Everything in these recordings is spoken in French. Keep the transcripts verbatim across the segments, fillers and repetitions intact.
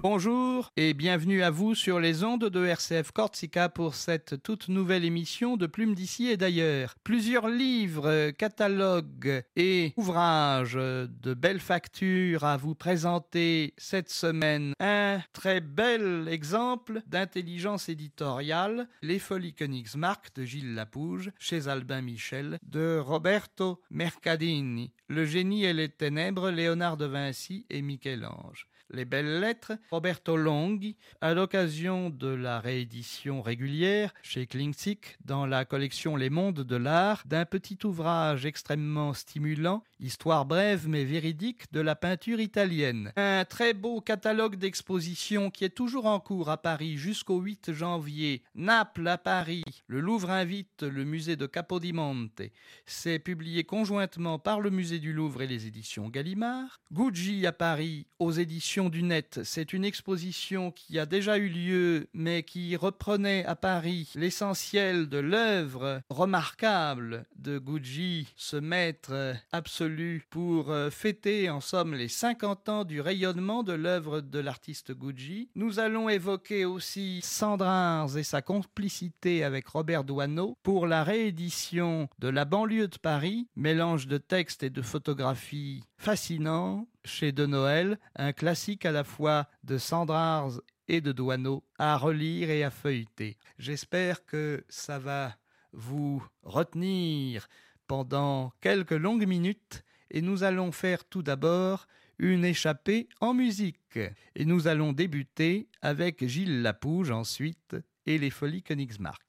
Bonjour et bienvenue à vous sur les ondes de R C F Corsica pour cette toute nouvelle émission de Plumes d'ici et d'ailleurs. Plusieurs livres, catalogues et ouvrages de belle facture à vous présenter cette semaine. Un très bel exemple d'intelligence éditoriale, Les Folies Königsmarck de Gilles Lapouge, chez Albin Michel, de Roberto Mercadini, Le génie et les ténèbres, Léonard de Vinci et Michel-Ange. Les belles lettres, Roberto Longhi, à l'occasion de la réédition régulière chez Klingsik dans la collection Les Mondes de l'Art d'un petit ouvrage extrêmement stimulant, histoire brève mais véridique de la peinture italienne. Un très beau catalogue d'expositions qui est toujours en cours à Paris jusqu'au huit janvier. Naples à Paris, le Louvre invite le musée de Capodimonte. C'est publié conjointement par le musée du Louvre et les éditions Gallimard. Gucci à Paris, aux éditions du Net, c'est une exposition qui a déjà eu lieu, mais qui reprenait à Paris l'essentiel de l'œuvre remarquable de Gucci, ce maître absolu, pour fêter en somme les cinquante ans du rayonnement de l'œuvre de l'artiste Gucci. Nous allons évoquer aussi Sandrars et sa complicité avec Robert Doisneau pour la réédition de La banlieue de Paris, mélange de textes et de photographies fascinants, chez De Noël, un classique à la fois de Sandrars et de Doisneau à relire et à feuilleter. J'espère que ça va vous retenir pendant quelques longues minutes et nous allons faire tout d'abord une échappée en musique. Et nous allons débuter avec Gilles Lapouge ensuite et les Folies Königsmarck.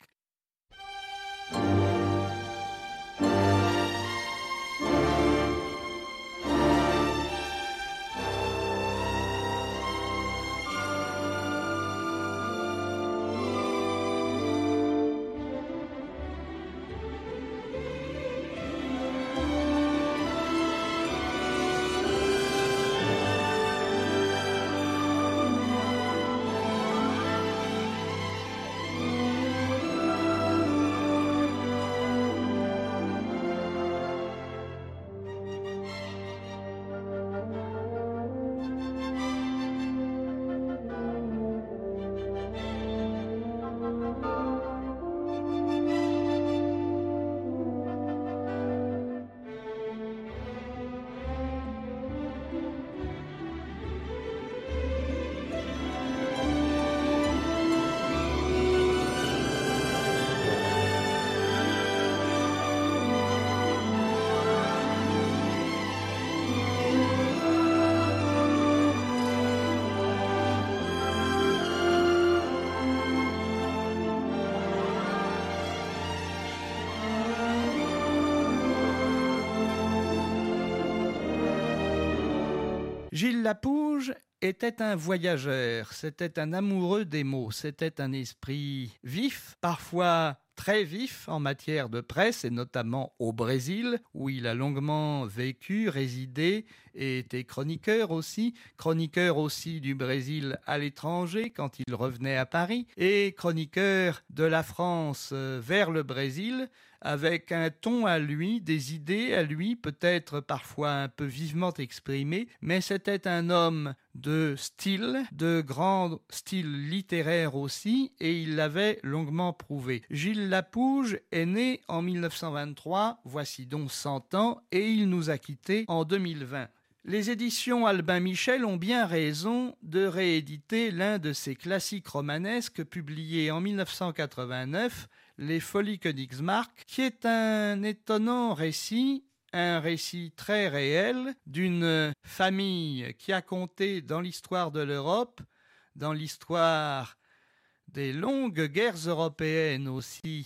Gilles Lapouge était un voyageur, c'était un amoureux des mots, c'était un esprit vif, parfois très vif en matière de presse et notamment au Brésil où il a longuement vécu, résidé et été chroniqueur aussi, chroniqueur aussi du Brésil à l'étranger quand il revenait à Paris et chroniqueur de la France vers le Brésil avec un ton à lui, des idées à lui, peut-être parfois un peu vivement exprimées, mais c'était un homme de style, de grand style littéraire aussi, et il l'avait longuement prouvé. Gilles Lapouge est né en mille neuf cent vingt-trois, voici donc cent ans, et il nous a quittés en deux mille vingt. Les éditions Albin Michel ont bien raison de rééditer l'un de ses classiques romanesques publiés en mille neuf cent quatre-vingt-neuf, Les Folies Königsmarck, qui est un étonnant récit, un récit très réel d'une famille qui a compté dans l'histoire de l'Europe, dans l'histoire des longues guerres européennes aussi,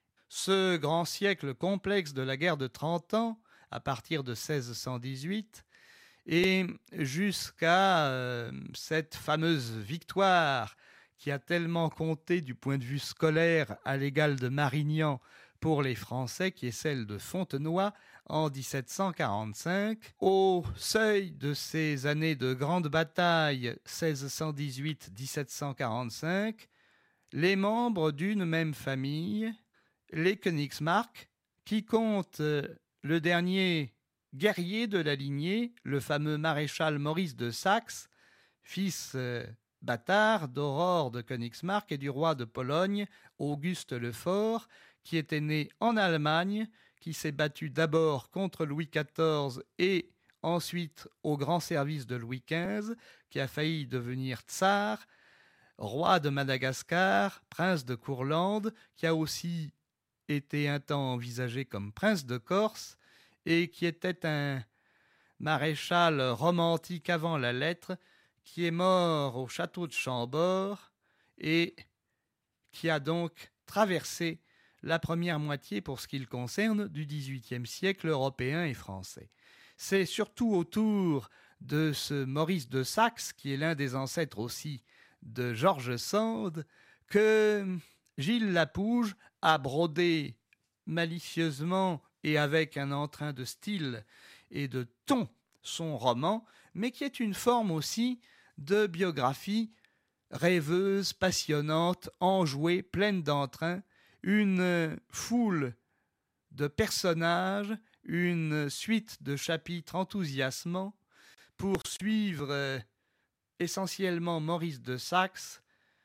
ce grand siècle complexe de la guerre de trente ans, à partir de seize cent dix-huit, et jusqu'à euh, cette fameuse victoire qui a tellement compté du point de vue scolaire à l'égal de Marignan pour les Français, qui est celle de Fontenoy en dix-sept cent quarante-cinq. Au seuil de ces années de grande bataille seize cent dix-huit à dix-sept cent quarante-cinq, les membres d'une même famille, les Königsmarck, qui comptent le dernier guerrier de la lignée, le fameux maréchal Maurice de Saxe, fils bâtard d'Aurore de Königsmarck et du roi de Pologne, Auguste le Fort, qui était né en Allemagne, qui s'est battu d'abord contre Louis quatorze et ensuite au grand service de Louis quinze, qui a failli devenir tsar, roi de Madagascar, prince de Courlande, qui a aussi été un temps envisagé comme prince de Corse, et qui était un maréchal romantique avant la lettre, qui est mort au château de Chambord et qui a donc traversé la première moitié pour ce qui le concerne du dix-huitième siècle européen et français. C'est surtout autour de ce Maurice de Saxe, qui est l'un des ancêtres aussi de George Sand, que Gilles Lapouge a brodé malicieusement et avec un entrain de style et de ton son roman, mais qui est une forme aussi de biographie rêveuse, passionnante, enjouée, pleine d'entrain, une foule de personnages, une suite de chapitres enthousiasmants pour suivre euh, essentiellement Maurice de Saxe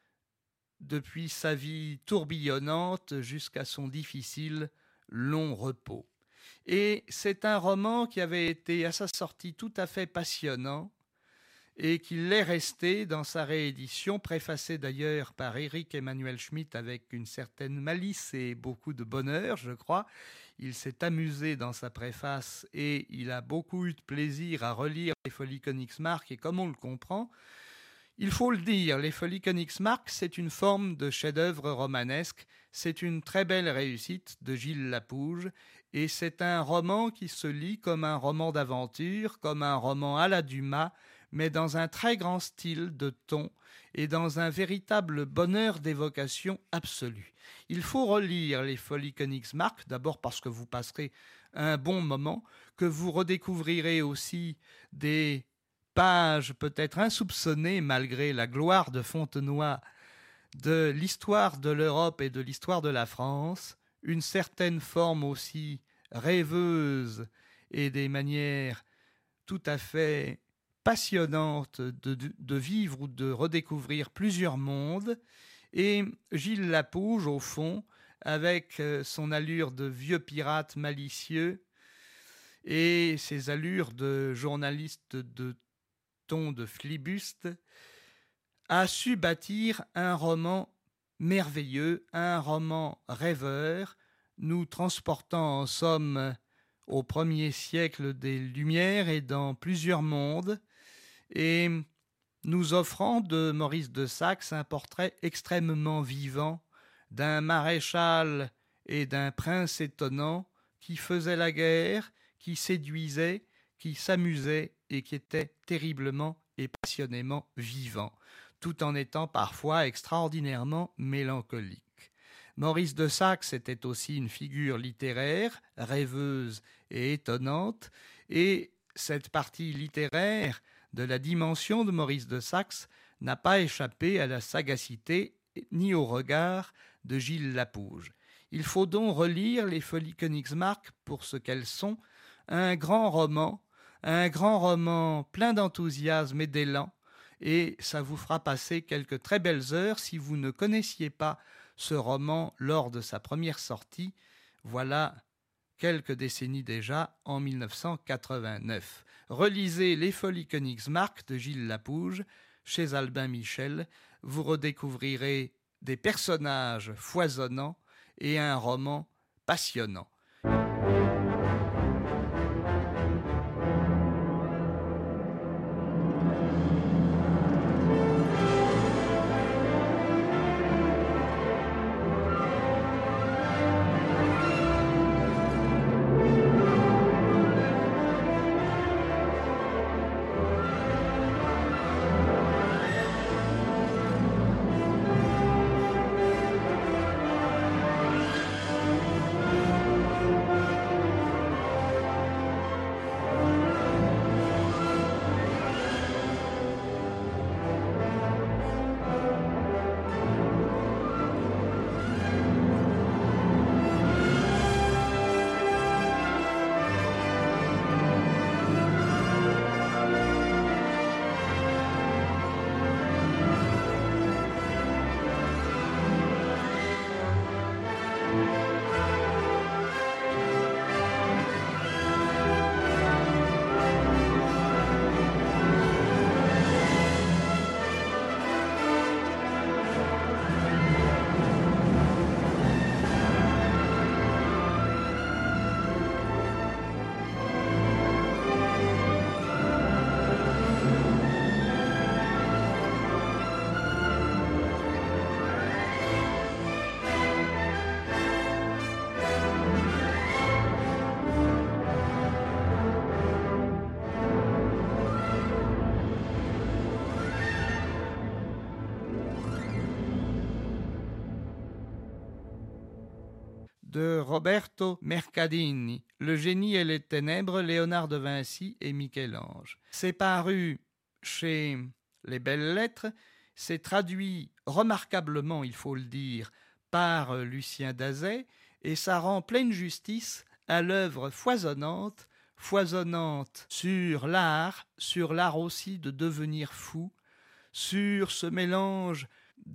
depuis sa vie tourbillonnante jusqu'à son difficile long repos. Et c'est un roman qui avait été à sa sortie tout à fait passionnant et qui l'est resté dans sa réédition, préfacée d'ailleurs par Éric Emmanuel Schmitt avec une certaine malice et beaucoup de bonheur, je crois. Il s'est amusé dans sa préface et il a beaucoup eu de plaisir à relire Les Folies Königsmarck, et comme on le comprend, il faut le dire, Les Folies Königsmarck, c'est une forme de chef-d'œuvre romanesque, c'est une très belle réussite de Gilles Lapouge, et c'est un roman qui se lit comme un roman d'aventure, comme un roman à la Dumas, mais dans un très grand style de ton et dans un véritable bonheur d'évocation absolue. Il faut relire Les Folies Königsmarck, d'abord parce que vous passerez un bon moment, que vous redécouvrirez aussi des pages peut-être insoupçonnées malgré la gloire de Fontenoy de l'histoire de l'Europe et de l'histoire de la France, une certaine forme aussi rêveuse et des manières tout à fait passionnantes de, de, de vivre ou de redécouvrir plusieurs mondes, et Gilles Lapouge, au fond, avec son allure de vieux pirate malicieux et ses allures de journaliste de ton de flibuste, a su bâtir un roman merveilleux, un roman rêveur, nous transportant en somme au premier siècle des Lumières et dans plusieurs mondes, et nous offrant de Maurice de Saxe un portrait extrêmement vivant d'un maréchal et d'un prince étonnant qui faisait la guerre, qui séduisait, qui s'amusait et qui était terriblement et passionnément vivant, tout en étant parfois extraordinairement mélancolique. Maurice de Saxe était aussi une figure littéraire, rêveuse et étonnante, et cette partie littéraire de la dimension de Maurice de Saxe n'a pas échappé à la sagacité ni au regard de Gilles Lapouge. Il faut donc relire Les Folies Königsmarck pour ce qu'elles sont, un grand roman, un grand roman plein d'enthousiasme et d'élan, et ça vous fera passer quelques très belles heures si vous ne connaissiez pas ce roman lors de sa première sortie, voilà quelques décennies déjà, en mille neuf cent quatre-vingt-neuf. Relisez Les Folies Königsmarck de Gilles Lapouge chez Albin Michel, vous redécouvrirez des personnages foisonnants et un roman passionnant. de Roberto Mercadini, Le génie et les ténèbres, Léonard de Vinci et Michel-Ange. C'est paru chez Les Belles Lettres, c'est traduit remarquablement, il faut le dire, par Lucien Dazay, et ça rend pleine justice à l'œuvre foisonnante, foisonnante sur l'art, sur l'art aussi de devenir fou, sur ce mélange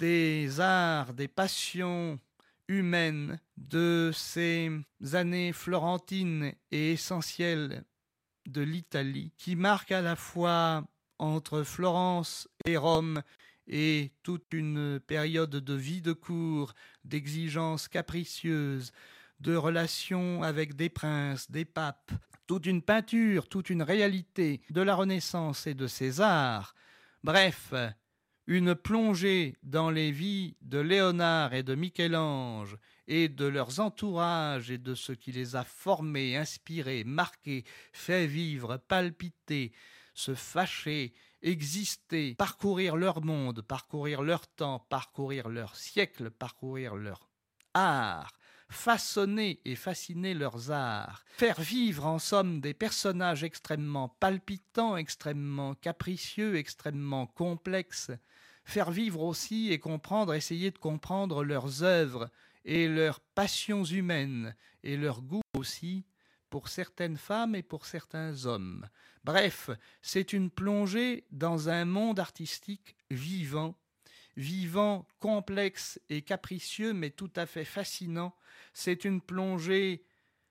des arts, des passions humaines de ces années florentines et essentielles de l'Italie, qui marquent à la fois entre Florence et Rome et toute une période de vie de cour, d'exigences capricieuses, de relations avec des princes, des papes, toute une peinture, toute une réalité de la Renaissance et de ses arts. Bref, une plongée dans les vies de Léonard et de Michel-Ange et de leurs entourages et de ce qui les a formés, inspirés, marqués, fait vivre, palpiter, se fâcher, exister, parcourir leur monde, parcourir leur temps, parcourir leur siècle, parcourir leur art, façonner et fasciner leurs arts, faire vivre en somme des personnages extrêmement palpitants, extrêmement capricieux, extrêmement complexes, faire vivre aussi et comprendre, essayer de comprendre leurs œuvres et leurs passions humaines et leur goût aussi pour certaines femmes et pour certains hommes. Bref, c'est une plongée dans un monde artistique vivant, vivant, complexe et capricieux, mais tout à fait fascinant. C'est une plongée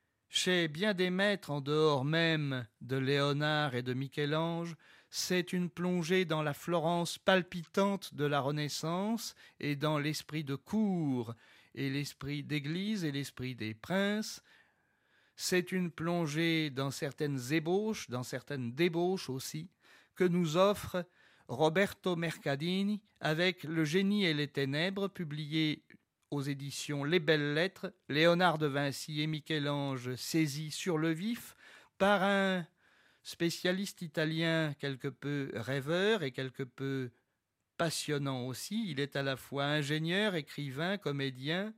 chez bien des maîtres en dehors même de Léonard et de Michel-Ange. C'est une plongée dans la Florence palpitante de la Renaissance et dans l'esprit de cour et l'esprit d'église et l'esprit des princes. C'est une plongée dans certaines ébauches, dans certaines débauches aussi, que nous offre Roberto Mercadini avec Le génie et les ténèbres, publié aux éditions Les Belles Lettres, Léonard de Vinci et Michel-Ange saisis sur le vif par un spécialiste italien quelque peu rêveur et quelque peu passionnant aussi. Il est à la fois ingénieur, écrivain, comédien.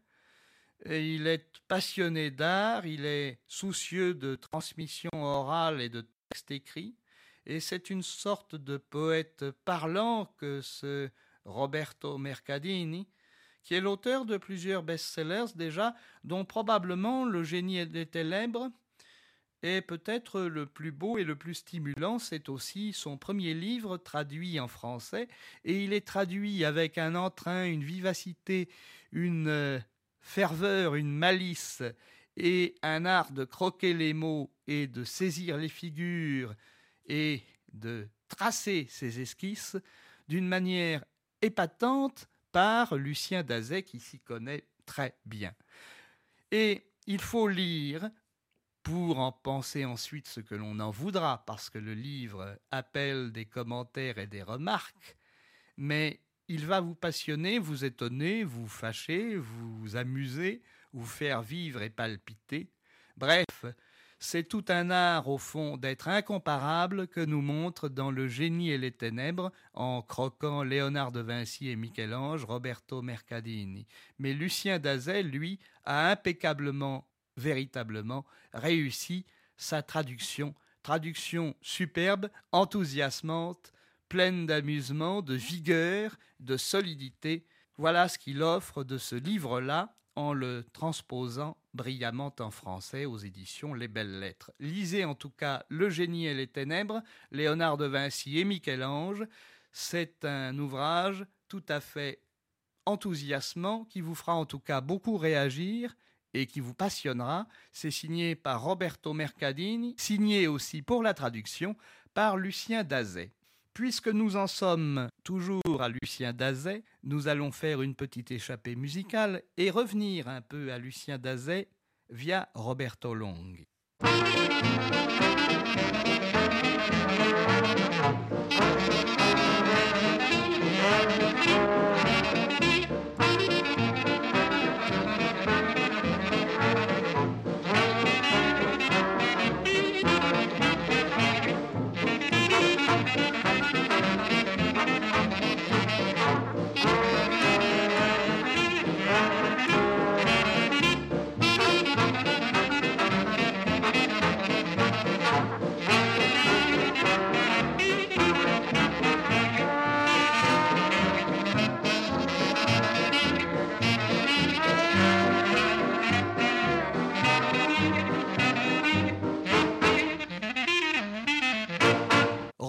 Et il est passionné d'art, il est soucieux de transmission orale et de textes écrits, et c'est une sorte de poète parlant que ce Roberto Mercadini, qui est l'auteur de plusieurs best-sellers déjà, dont probablement Le génie et les ténèbres est peut-être le plus beau et le plus stimulant. C'est aussi son premier livre traduit en français, et il est traduit avec un entrain, une vivacité, une ferveur, une malice et un art de croquer les mots et de saisir les figures et de tracer ses esquisses d'une manière épatante par Lucien Dazay qui s'y connaît très bien. Et il faut lire pour en penser ensuite ce que l'on en voudra, parce que le livre appelle des commentaires et des remarques, mais il va vous passionner, vous étonner, vous fâcher, vous amuser, vous faire vivre et palpiter. Bref, c'est tout un art au fond d'être incomparable que nous montre dans Le génie et les ténèbres, en croquant Léonard de Vinci et Michel-Ange, Roberto Mercadini. Mais Lucien Dazay, lui, a impeccablement, véritablement, réussi sa traduction, traduction superbe, enthousiasmante, pleine d'amusement, de vigueur, de solidité. Voilà ce qu'il offre de ce livre-là en le transposant brillamment en français aux éditions Les Belles Lettres. Lisez en tout cas Le génie et les ténèbres, Léonard de Vinci et Michel-Ange. C'est un ouvrage tout à fait enthousiasmant qui vous fera en tout cas beaucoup réagir et qui vous passionnera. C'est signé par Roberto Mercadini, signé aussi pour la traduction par Lucien Dazay. Puisque nous en sommes toujours à Lucien Dazay, nous allons faire une petite échappée musicale et revenir un peu à Lucien Dazay via Roberto Longhi.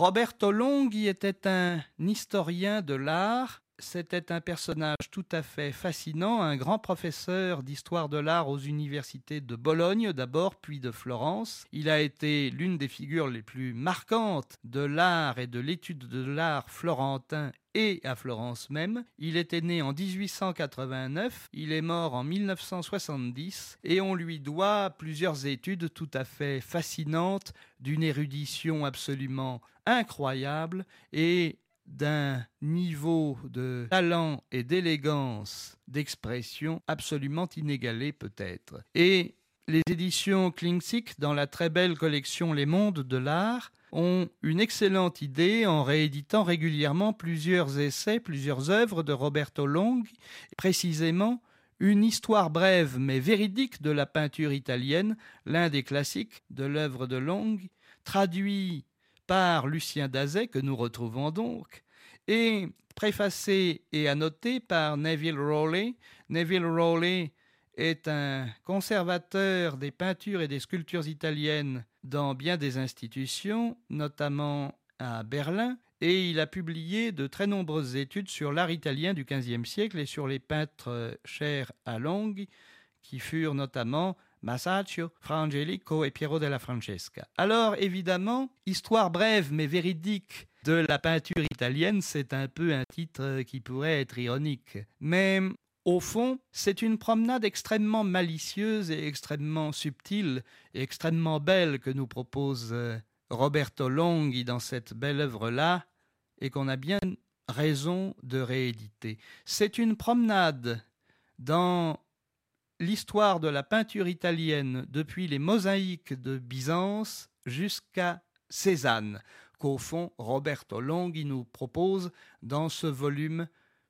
Roberto Longhi était un historien de l'art. C'était un personnage tout à fait fascinant, un grand professeur d'histoire de l'art aux universités de Bologne d'abord, puis de Florence. Il a été l'une des figures les plus marquantes de l'art et de l'étude de l'art florentin et à Florence même. Il était né en dix-huit cent quatre-vingt-neuf, il est mort en mille neuf cent soixante-dix et on lui doit plusieurs études tout à fait fascinantes, d'une érudition absolument incroyable et d'un niveau de talent et d'élégance d'expression absolument inégalé peut-être. Et les éditions Klingsik, dans la très belle collection Les Mondes de l'Art, ont une excellente idée en rééditant régulièrement plusieurs essais, plusieurs œuvres de Roberto Longhi, précisément une histoire brève mais véridique de la peinture italienne, l'un des classiques de l'œuvre de Longhi, traduit par Lucien Dazay, que nous retrouvons donc, et préfacé et annoté par Neville Rowley. Neville Rowley est un conservateur des peintures et des sculptures italiennes dans bien des institutions, notamment à Berlin, et il a publié de très nombreuses études sur l'art italien du quinzième siècle et sur les peintres chers à Longhi, qui furent notamment Masaccio, Fra Angelico et Piero della Francesca. Alors, évidemment, histoire brève mais véridique de la peinture italienne, c'est un peu un titre qui pourrait être ironique. Mais au fond, c'est une promenade extrêmement malicieuse et extrêmement subtile et extrêmement belle que nous propose Roberto Longhi dans cette belle œuvre-là et qu'on a bien raison de rééditer. C'est une promenade dans l'histoire de la peinture italienne depuis les mosaïques de Byzance jusqu'à Cézanne, qu'au fond Roberto Longhi nous propose dans ce volume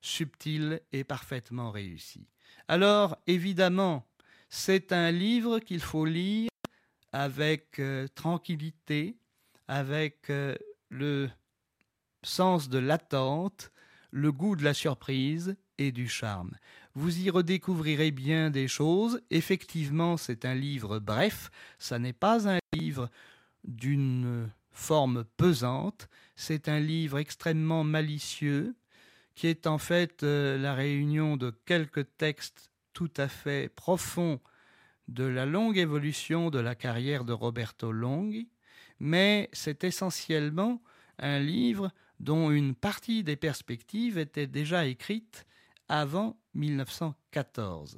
subtil et parfaitement réussi. Alors, évidemment, c'est un livre qu'il faut lire avec euh, tranquillité, avec euh, le sens de l'attente, le goût de la surprise et du charme. Vous y redécouvrirez bien des choses. Effectivement, c'est un livre bref, ça n'est pas un livre d'une forme pesante, c'est un livre extrêmement malicieux, qui est en fait euh, la réunion de quelques textes tout à fait profonds de la longue évolution de la carrière de Roberto Longhi, mais c'est essentiellement un livre dont une partie des perspectives était déjà écrite avant mille neuf cent quatorze.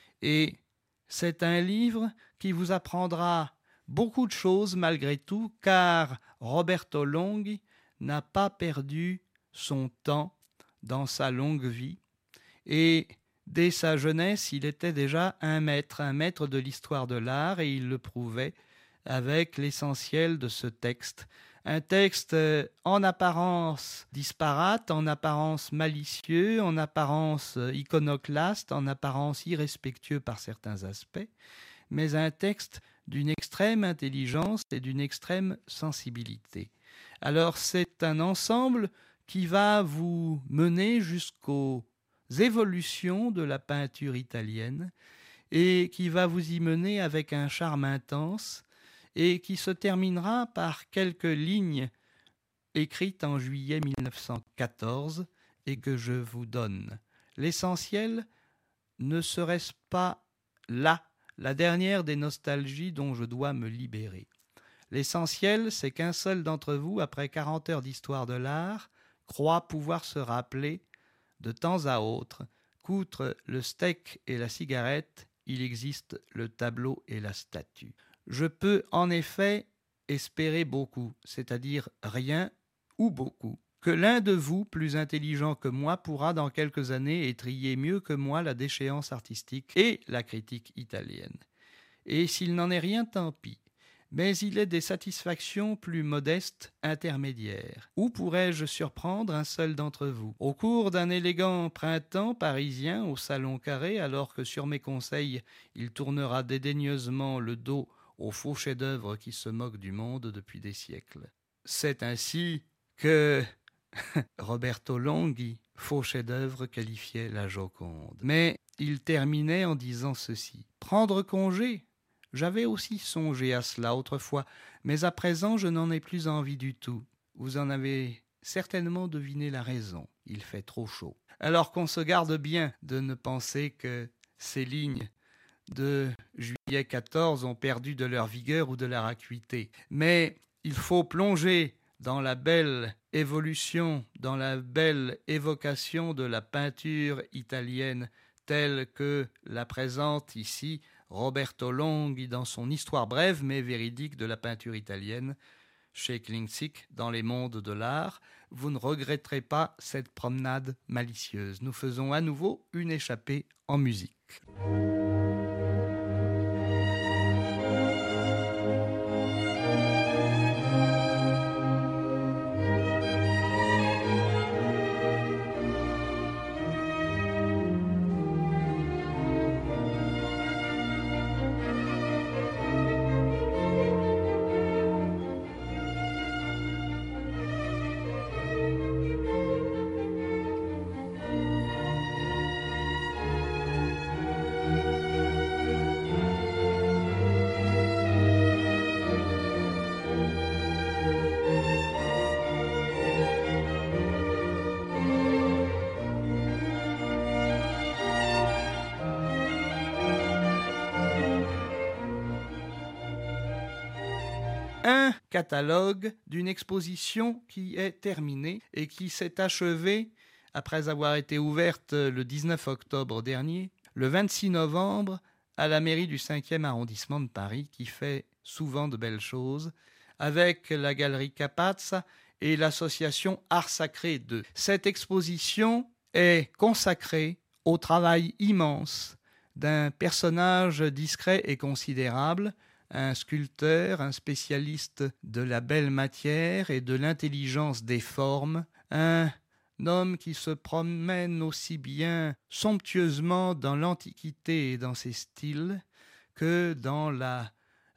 Et c'est un livre qui vous apprendra beaucoup de choses malgré tout, car Roberto Longhi n'a pas perdu son temps dans sa longue vie, et dès sa jeunesse, il était déjà un maître, un maître de l'histoire de l'art, et il le prouvait avec l'essentiel de ce texte. Un texte en apparence disparate, en apparence malicieux, en apparence iconoclaste, en apparence irrespectueux par certains aspects, mais un texte d'une extrême intelligence et d'une extrême sensibilité. Alors c'est un ensemble qui va vous mener jusqu'aux évolutions de la peinture italienne et qui va vous y mener avec un charme intense et qui se terminera par quelques lignes écrites en juillet mille neuf cent quatorze et que je vous donne. L'essentiel ne serait-ce pas là, la dernière des nostalgies dont je dois me libérer. L'essentiel, c'est qu'un seul d'entre vous, après quarante heures d'histoire de l'art, croit pouvoir se rappeler, de temps à autre, qu'outre le steak et la cigarette, il existe le tableau et la statue. Je peux en effet espérer beaucoup, c'est-à-dire rien ou beaucoup, que l'un de vous, plus intelligent que moi, pourra dans quelques années étrier mieux que moi la déchéance artistique et la critique italienne. Et s'il n'en est rien, tant pis. Mais il est des satisfactions plus modestes, intermédiaires. Où pourrais-je surprendre un seul d'entre vous? Au cours d'un élégant printemps parisien au Salon Carré, alors que sur mes conseils il tournera dédaigneusement le dos aux faux chefs-d'œuvre qui se moquent du monde depuis des siècles. C'est ainsi que Roberto Longhi, faux chef-d'œuvre, qualifiait la Joconde. Mais il terminait en disant ceci: « Prendre congé ? J'avais aussi songé à cela autrefois, mais à présent je n'en ai plus envie du tout. vous en avez certainement deviné la raison. Il fait trop chaud. Alors qu'on se garde bien de ne penser que ces lignes de juillet quatorze ont perdu de leur vigueur ou de leur acuité. Mais il faut plonger dans la belle évolution, dans la belle évocation de la peinture italienne telle que la présente ici Roberto Longhi dans son histoire brève mais véridique de la peinture italienne chez Klintzig dans les mondes de l'art. Vous ne regretterez pas cette promenade malicieuse. Nous faisons à nouveau une échappée en musique. Un catalogue d'une exposition qui est terminée et qui s'est achevée après avoir été ouverte le dix-neuf octobre dernier, le vingt-six novembre, à la mairie du cinquième arrondissement de Paris, qui fait souvent de belles choses, avec la galerie Capazza et l'association Art Sacré deux. Cette exposition est consacrée au travail immense d'un personnage discret et considérable, un sculpteur, un spécialiste de la belle matière et de l'intelligence des formes, un homme qui se promène aussi bien somptueusement dans l'Antiquité et dans ses styles que dans la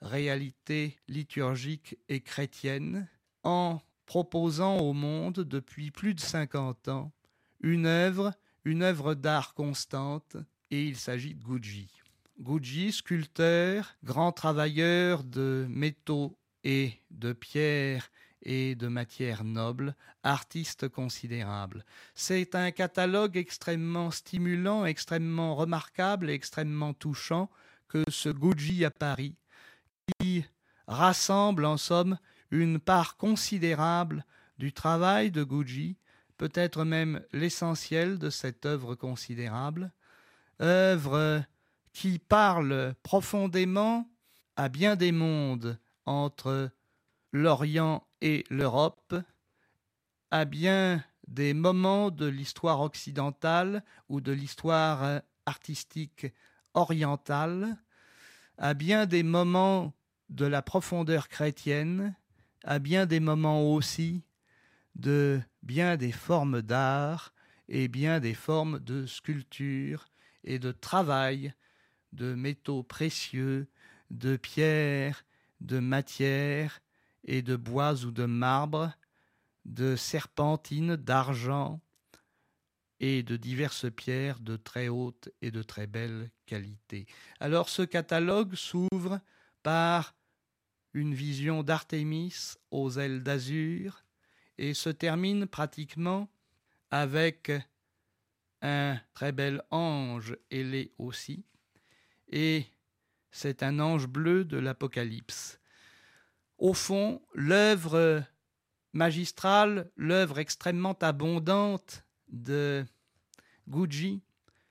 réalité liturgique et chrétienne, en proposant au monde depuis plus de cinquante ans une œuvre, une œuvre d'art constante, et il s'agit de Guggi. Guggi, sculpteur, grand travailleur de métaux et de pierres et de matières nobles, artiste considérable. C'est un catalogue extrêmement stimulant, extrêmement remarquable et extrêmement touchant que ce Guggi à Paris, qui rassemble en somme une part considérable du travail de Guggi, peut-être même l'essentiel de cette œuvre considérable, œuvre qui parle profondément à bien des mondes entre l'Orient et l'Europe, à bien des moments de l'histoire occidentale ou de l'histoire artistique orientale, à bien des moments de la profondeur chrétienne, à bien des moments aussi de bien des formes d'art et bien des formes de sculpture et de travail de métaux précieux, de pierres, de matières et de bois ou de marbre, de serpentines, d'argent et de diverses pierres de très haute et de très belle qualité. Alors ce catalogue s'ouvre par une vision d'Artémis aux ailes d'azur et se termine pratiquement avec un très bel ange ailé aussi, et c'est un ange bleu de l'Apocalypse. Au fond, l'œuvre magistrale, l'œuvre extrêmement abondante de Guggi,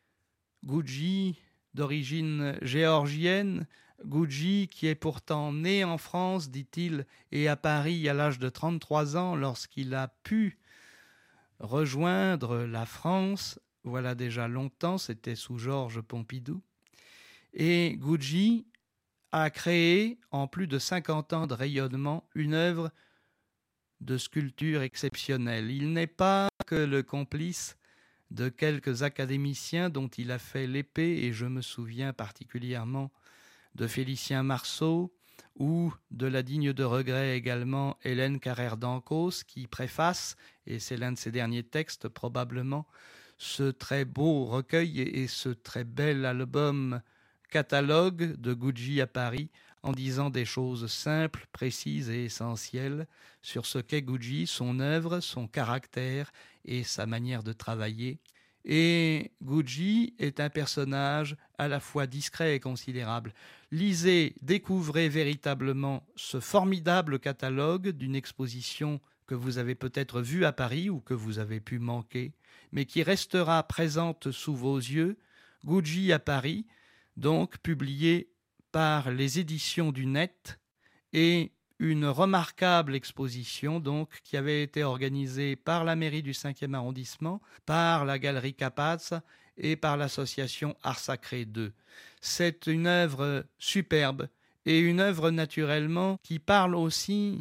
Guggi d'origine géorgienne, Guggi qui est pourtant né en France, dit-il, et à Paris à l'âge de trente-trois ans lorsqu'il a pu rejoindre la France, voilà déjà longtemps, c'était sous Georges Pompidou. Et Guggi a créé, en plus de cinquante ans de rayonnement, une œuvre de sculpture exceptionnelle. Il n'est pas que le complice de quelques académiciens dont il a fait l'épée, et je me souviens particulièrement de Félicien Marceau ou de la digne de regret également Hélène Carrère d'Ancos qui préface, et c'est l'un de ses derniers textes probablement, ce très beau recueil et ce très bel album catalogue de Guggi à Paris en disant des choses simples, précises et essentielles sur ce qu'est Gucci, son œuvre, son caractère et sa manière de travailler. Et Gucci est un personnage à la fois discret et considérable. Lisez, découvrez véritablement ce formidable catalogue d'une exposition que vous avez peut-être vue à Paris ou que vous avez pu manquer, mais qui restera présente sous vos yeux. Gucci à Paris, donc publié par les éditions du Net, et une remarquable exposition donc qui avait été organisée par la mairie du cinquième arrondissement, par la galerie Capaz et par l'association Art Sacré deux. C'est une œuvre superbe et une œuvre naturellement qui parle aussi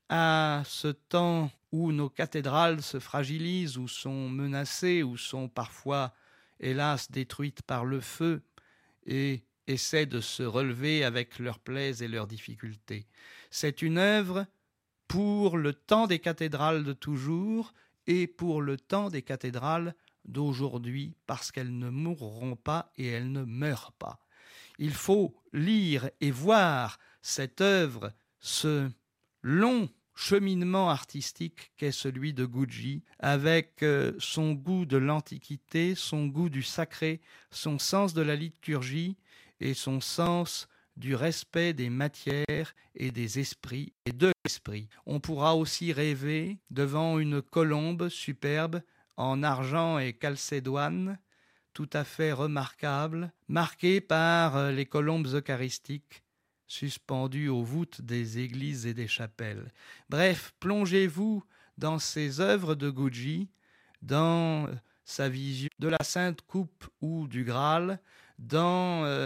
à ce temps où nos cathédrales se fragilisent, ou sont menacées, ou sont parfois, hélas, détruites par le feu et essaient de se relever avec leurs plaies et leurs difficultés. C'est une œuvre pour le temps des cathédrales de toujours et pour le temps des cathédrales d'aujourd'hui, parce qu'elles ne mourront pas et elles ne meurent pas. Il faut lire et voir cette œuvre, ce long cheminement artistique qu'est celui de Gucci, avec son goût de l'antiquité, son goût du sacré, son sens de la liturgie et son sens du respect des matières et des esprits et de l'esprit. On pourra aussi rêver devant une colombe superbe en argent et chalcédoine, tout à fait remarquable, marquée par les colombes eucharistiques suspendues aux voûtes des églises et des chapelles. Bref, plongez-vous dans ces œuvres de Gucci, dans sa vision de la Sainte Coupe ou du Graal, dans euh,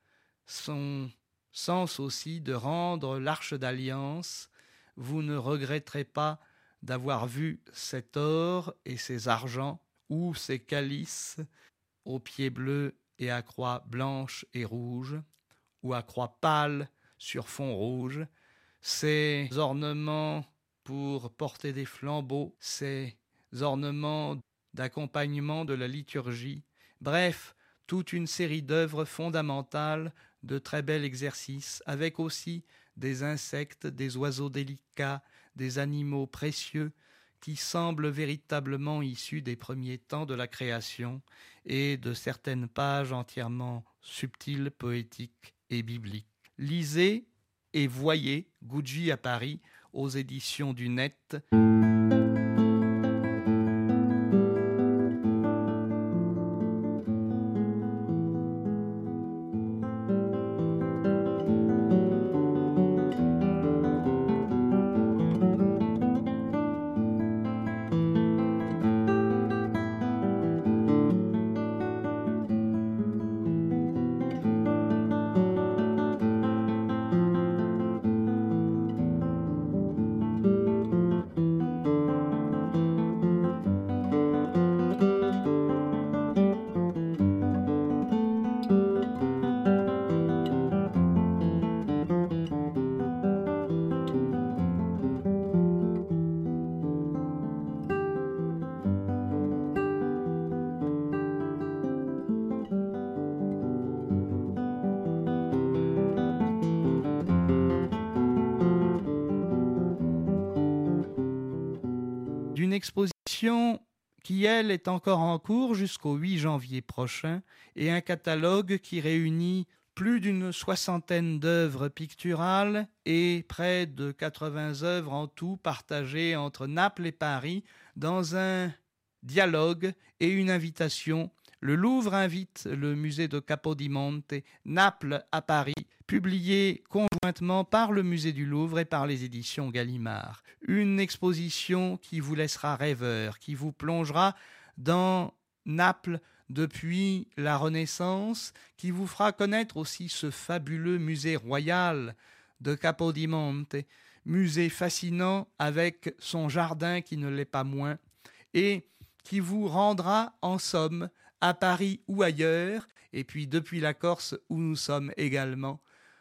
son sens aussi de rendre l'Arche d'Alliance. Vous ne regretterez pas d'avoir vu cet or et ces argents ou ces calices aux pieds bleus et à croix blanche et rouge, ou à croix pâle sur fond rouge, ces ornements pour porter des flambeaux, ces ornements d'accompagnement de la liturgie, bref, toute une série d'œuvres fondamentales, de très bel exercice, avec aussi des insectes, des oiseaux délicats, des animaux précieux, qui semblent véritablement issus des premiers temps de la création et de certaines pages entièrement subtiles, poétiques et bibliques. Lisez et voyez Gucci à Paris aux éditions du Net. D'une exposition qui, elle, est encore en cours jusqu'au huit janvier prochain, et un catalogue qui réunit plus d'une soixantaine d'œuvres picturales et près de quatre-vingts œuvres en tout partagées entre Naples et Paris dans un dialogue et une invitation. Le Louvre invite le musée de Capodimonte, Naples à Paris, publié conjointement par le musée du Louvre et par les éditions Gallimard. Une exposition qui vous laissera rêveur, qui vous plongera dans Naples depuis la Renaissance, qui vous fera connaître aussi ce fabuleux musée royal de Capodimonte, musée fascinant avec son jardin qui ne l'est pas moins, et qui vous rendra en somme à Paris ou ailleurs, et puis depuis la Corse où nous sommes également,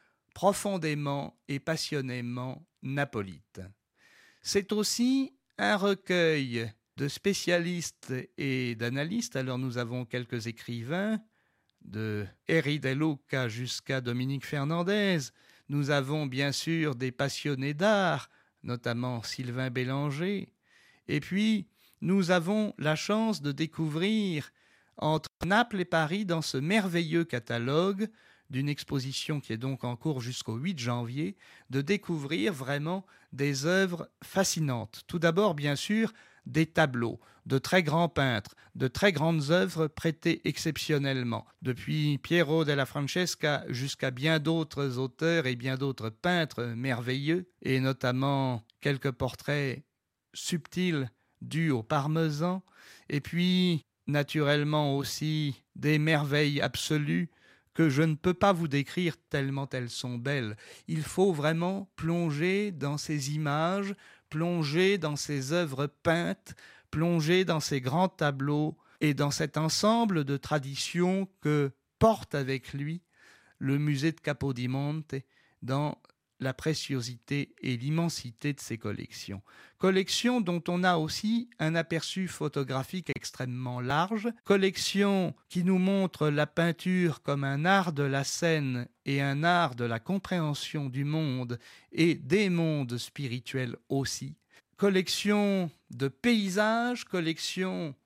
profondément et passionnément napolite. C'est aussi un recueil de spécialistes et d'analystes. Alors nous avons quelques écrivains, de Eri De Luca jusqu'à Dominique Fernandez. Nous avons bien sûr des passionnés d'art, notamment Sylvain Bélanger. Et puis, nous avons la chance de découvrir entre Naples et Paris, dans ce merveilleux catalogue d'une exposition qui est donc en cours jusqu'au huit janvier, de découvrir vraiment des œuvres fascinantes. Tout d'abord, bien sûr, des tableaux de très grands peintres, de très grandes œuvres prêtées exceptionnellement, depuis Piero della Francesca jusqu'à bien d'autres auteurs et bien d'autres peintres merveilleux, et notamment quelques portraits subtils dus au Parmesan, et puis naturellement aussi des merveilles absolues que je ne peux pas vous décrire tellement elles sont belles. Il faut vraiment plonger dans ces images, plonger dans ces œuvres peintes, plonger dans ces grands tableaux et dans cet ensemble de traditions que porte avec lui le musée de Capodimonte dans la préciosité et l'immensité de ses collections. Collections dont on a aussi un aperçu photographique extrêmement large, collections qui nous montrent la peinture comme un art de la scène et un art de la compréhension du monde et des mondes spirituels aussi, collections de paysages, collections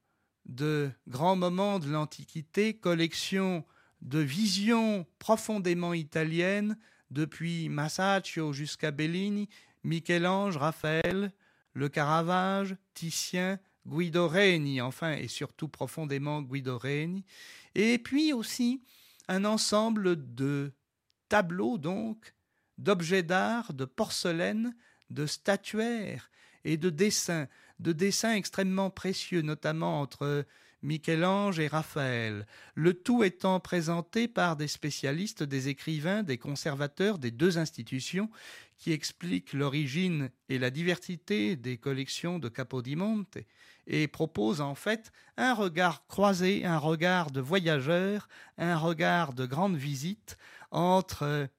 de grands moments de l'Antiquité, collections de visions profondément italiennes, depuis Masaccio jusqu'à Bellini, Michel-Ange, Raphaël, le Caravage, Titien, Guido Reni, enfin et surtout profondément Guido Reni, et puis aussi un ensemble de tableaux donc, d'objets d'art, de porcelaine, de statuaires et de dessins, de dessins extrêmement précieux, notamment entre Michel-Ange et Raphaël, le tout étant présenté par des spécialistes, des écrivains, des conservateurs des deux institutions qui expliquent l'origine et la diversité des collections de Capodimonte et proposent en fait un regard croisé, un regard de voyageur, un regard de grande visite entre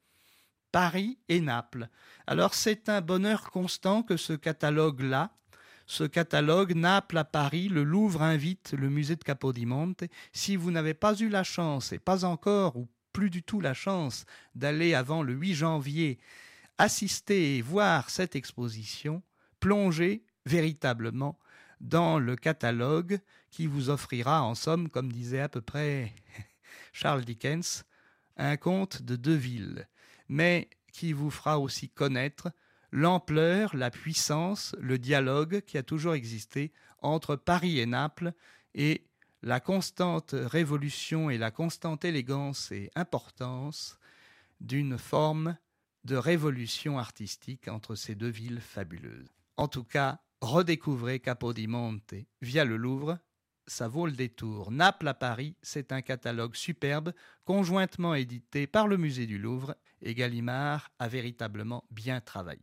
Paris et Naples. Alors c'est un bonheur constant que ce catalogue-là, ce catalogue Naples à Paris, le Louvre invite le musée de Capodimonte. Si vous n'avez pas eu la chance, et pas encore, ou plus du tout la chance, d'aller avant le huit janvier assister et voir cette exposition, plongez véritablement dans le catalogue qui vous offrira en somme, comme disait à peu près Charles Dickens, un conte de deux villes, mais qui vous fera aussi connaître l'ampleur, la puissance, le dialogue qui a toujours existé entre Paris et Naples et la constante révolution et la constante élégance et importance d'une forme de révolution artistique entre ces deux villes fabuleuses. En tout cas, redécouvrez Capodimonte via le Louvre, ça vaut le détour. Naples à Paris, c'est un catalogue superbe, conjointement édité par le musée du Louvre, et Gallimard a véritablement bien travaillé.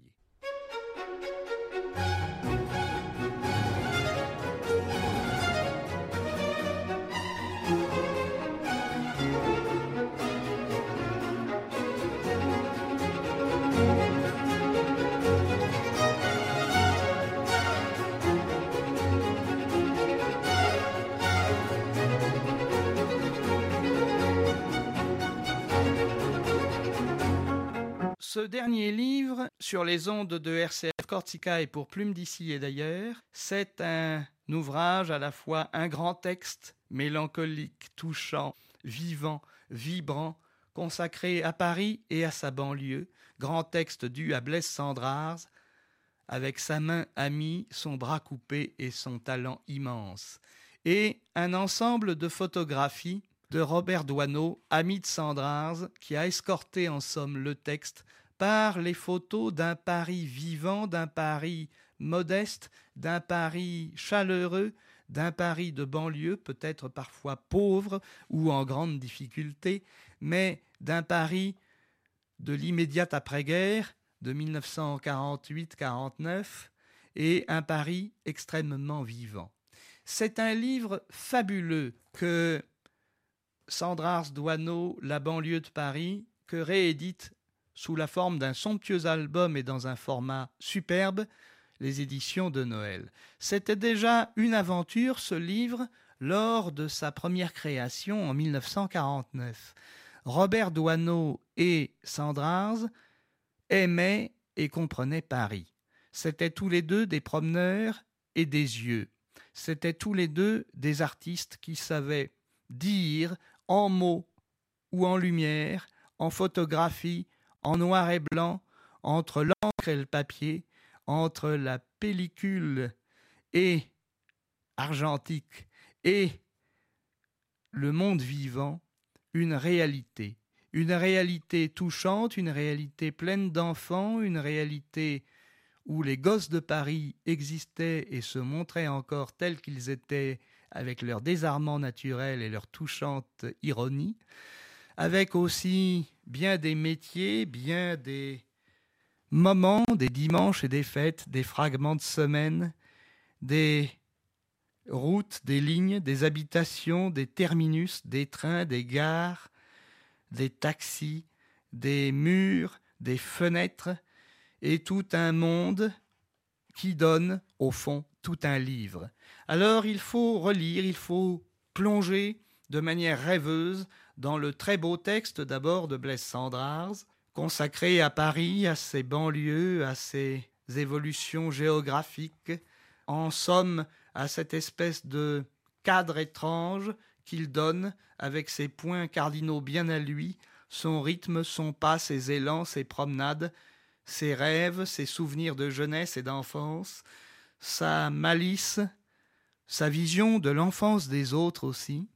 Ce dernier livre, sur les ondes de R C F Corsica et pour Plume d'ici et d'ailleurs, c'est un ouvrage à la fois un grand texte, mélancolique, touchant, vivant, vibrant, consacré à Paris et à sa banlieue, grand texte dû à Blaise Cendrars, avec sa main amie, son bras coupé et son talent immense, et un ensemble de photographies de Robert Doisneau, ami de Cendrars, qui a escorté en somme le texte par les photos d'un Paris vivant, d'un Paris modeste, d'un Paris chaleureux, d'un Paris de banlieue, peut-être parfois pauvre ou en grande difficulté, mais d'un Paris de l'immédiate après-guerre, de mille neuf cent quarante-huit quarante-neuf, et un Paris extrêmement vivant. C'est un livre fabuleux que Cendrars Doisneau, La banlieue de Paris, que réédite sous la forme d'un somptueux album et dans un format superbe, les éditions de Noël. C'était déjà une aventure, ce livre, lors de sa première création en mille neuf cent quarante-neuf. Robert Doisneau et Cendrars aimaient et comprenaient Paris. C'étaient tous les deux des promeneurs et des yeux. C'étaient tous les deux des artistes qui savaient dire en mots ou en lumière, en photographie, en noir et blanc, entre l'encre et le papier, entre la pellicule et argentique et le monde vivant, une réalité. Une réalité touchante, une réalité pleine d'enfants, une réalité où les gosses de Paris existaient et se montraient encore tels qu'ils étaient avec leur désarmement naturel et leur touchante ironie, avec aussi bien des métiers, bien des moments, des dimanches et des fêtes, des fragments de semaines, des routes, des lignes, des habitations, des terminus, des trains, des gares, des taxis, des murs, des fenêtres, et tout un monde qui donne, au fond, tout un livre. Alors il faut relire, il faut plonger de manière rêveuse dans le très beau texte d'abord de Blaise Cendrars, consacré à Paris, à ses banlieues, à ses évolutions géographiques, en somme à cette espèce de cadre étrange qu'il donne avec ses points cardinaux bien à lui, son rythme, son pas, ses élans, ses promenades, ses rêves, ses souvenirs de jeunesse et d'enfance, sa malice, sa vision de l'enfance des autres aussi.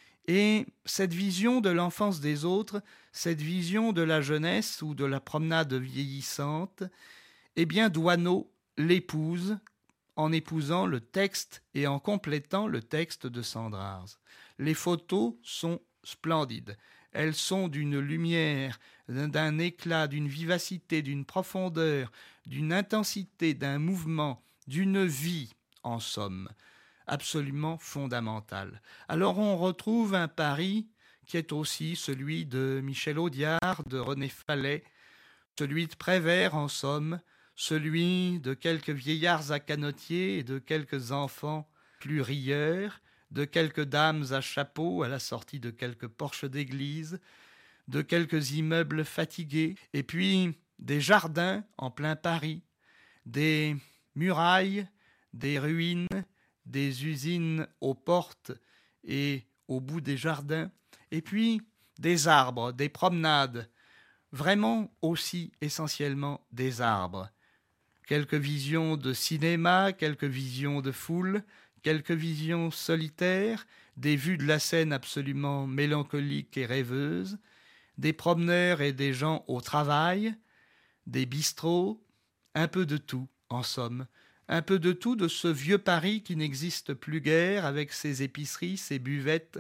Et cette vision de l'enfance des autres, cette vision de la jeunesse ou de la promenade vieillissante, eh bien Doisneau l'épouse en épousant le texte et en complétant le texte de Cendrars. Les photos sont splendides. Elles sont d'une lumière, d'un éclat, d'une vivacité, d'une profondeur, d'une intensité, d'un mouvement, d'une vie, en somme, absolument fondamentale. Alors on retrouve un Paris qui est aussi celui de Michel Audiard, de René Fallet, celui de Prévert, en somme, celui de quelques vieillards à canotiers et de quelques enfants plus rieurs, de quelques dames à chapeau à la sortie de quelques porches d'église, de quelques immeubles fatigués, et puis des jardins en plein Paris, des murailles, des ruines, des usines aux portes et au bout des jardins, et puis des arbres, des promenades, vraiment aussi essentiellement des arbres. Quelques visions de cinéma, quelques visions de foule, quelques visions solitaires, des vues de la Seine absolument mélancoliques et rêveuses, des promeneurs et des gens au travail, des bistrots, un peu de tout, en somme, un peu de tout de ce vieux Paris qui n'existe plus guère, avec ses épiceries, ses buvettes,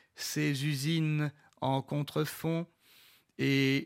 ses usines en contrefond et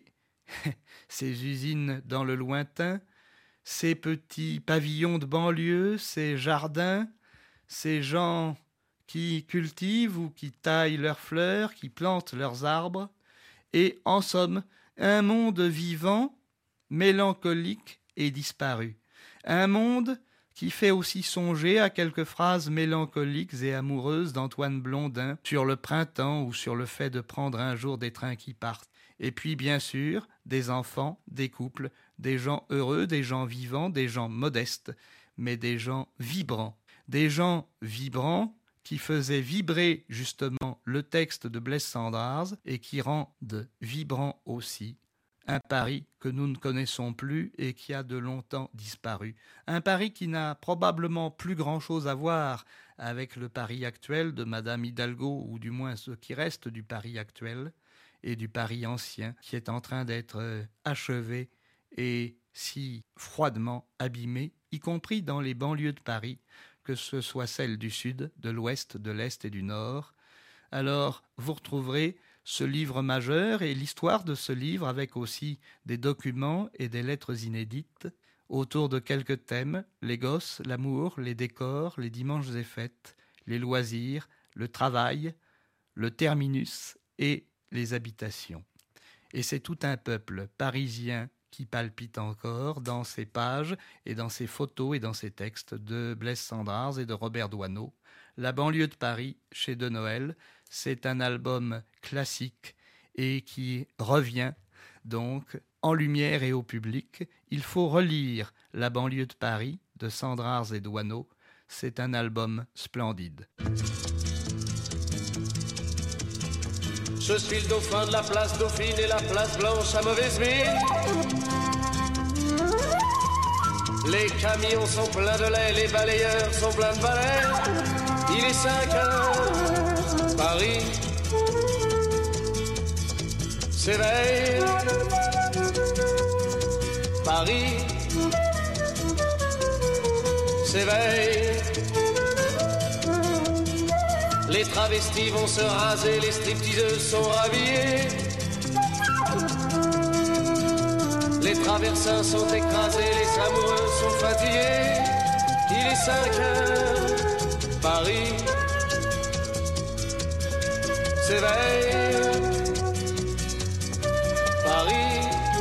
ses usines dans le lointain, ces petits pavillons de banlieue, ces jardins, ces gens qui cultivent ou qui taillent leurs fleurs, qui plantent leurs arbres, et en somme, un monde vivant, mélancolique et disparu. Un monde qui fait aussi songer à quelques phrases mélancoliques et amoureuses d'Antoine Blondin sur le printemps ou sur le fait de prendre un jour des trains qui partent. Et puis, bien sûr, des enfants, des couples, des gens heureux, des gens vivants, des gens modestes, mais des gens vibrants. Des gens vibrants qui faisaient vibrer justement le texte de Blaise Cendrars et qui rendent vibrant aussi un Paris que nous ne connaissons plus et qui a de longtemps disparu. Un Paris qui n'a probablement plus grand-chose à voir avec le Paris actuel de Madame Hidalgo, ou du moins ce qui reste du Paris actuel, et du Paris ancien, qui est en train d'être achevé et si froidement abîmé, y compris dans les banlieues de Paris, que ce soit celles du sud, de l'ouest, de l'est et du nord. Alors, vous retrouverez ce livre majeur et l'histoire de ce livre avec aussi des documents et des lettres inédites autour de quelques thèmes: les gosses, l'amour, les décors, les dimanches et fêtes, les loisirs, le travail, le terminus et les habitations. Et c'est tout un peuple parisien qui palpite encore dans ces pages et dans ces photos et dans ces textes de Blaise Cendrars et de Robert Doisneau. La banlieue de Paris, chez De Noël, c'est un album classique et qui revient donc en lumière et au public. Il faut relire La banlieue de Paris de Sandrars et Doisneau. C'est un album splendide. Je suis le dauphin de la place Dauphine et la place Blanche à mauvaise mine. Les camions sont pleins de lait, les balayeurs sont pleins de balais. Il est cinq heures, Paris s'éveille. Paris s'éveille. Les travestis vont se raser, les stripteaseuses sont rhabillées. Les traversins sont écrasés, les amoureux sont fatigués. Il est cinq heures, Paris s'éveille. Paris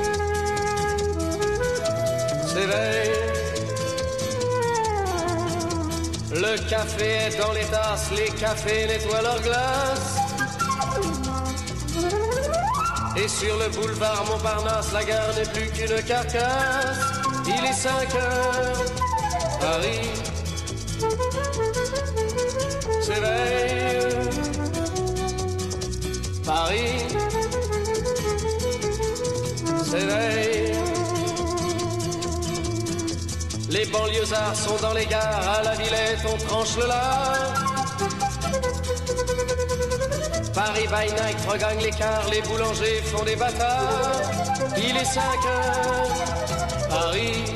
s'éveille. Le café est dans les tasses, les cafés nettoient leurs glaces. Et sur le boulevard Montparnasse, la gare n'est plus qu'une carcasse. Il est cinq heures, Paris s'éveille. Paris s'éveille. Les banlieusards sont dans les gares, à la Villette on tranche le lard. Paris by night regagne l'écart, les boulangers font des bâtards. Il est cinq heures, Paris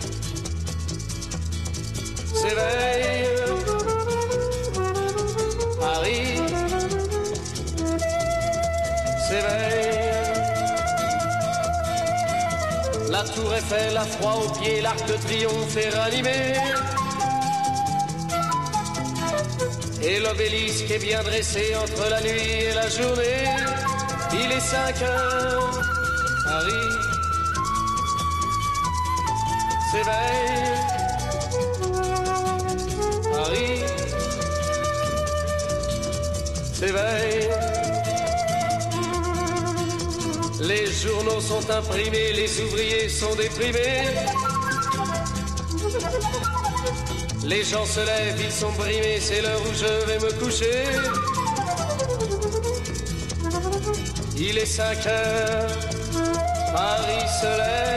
s'éveille. Paris s'éveille. La tour Eiffel a froid aux pieds, l'arc de triomphe est ranimé. Et l'obélisque est bien dressé entre la nuit et la journée. Il est cinq heures, Paris s'éveille. Paris s'éveille. Les journaux sont imprimés, les ouvriers sont déprimés. Les gens se lèvent, ils sont brimés, c'est l'heure où je vais me coucher. Il est cinq heures, Paris se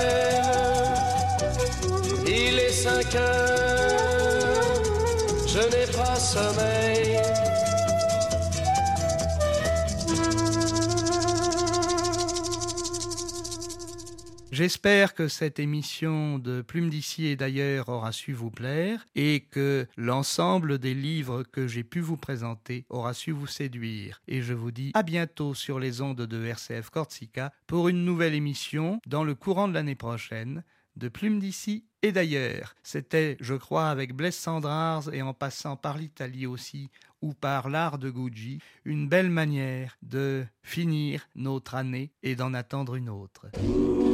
lève. Il est cinq heures, je n'ai pas sommeil. J'espère que cette émission de Plume d'ici et d'ailleurs aura su vous plaire et que l'ensemble des livres que j'ai pu vous présenter aura su vous séduire. Et je vous dis à bientôt sur les ondes de R C F Corsica pour une nouvelle émission dans le courant de l'année prochaine de Plume d'ici et d'ailleurs. C'était, je crois, avec Blaise Sandrars et en passant par l'Italie aussi ou par l'art de Gucci, une belle manière de finir notre année et d'en attendre une autre.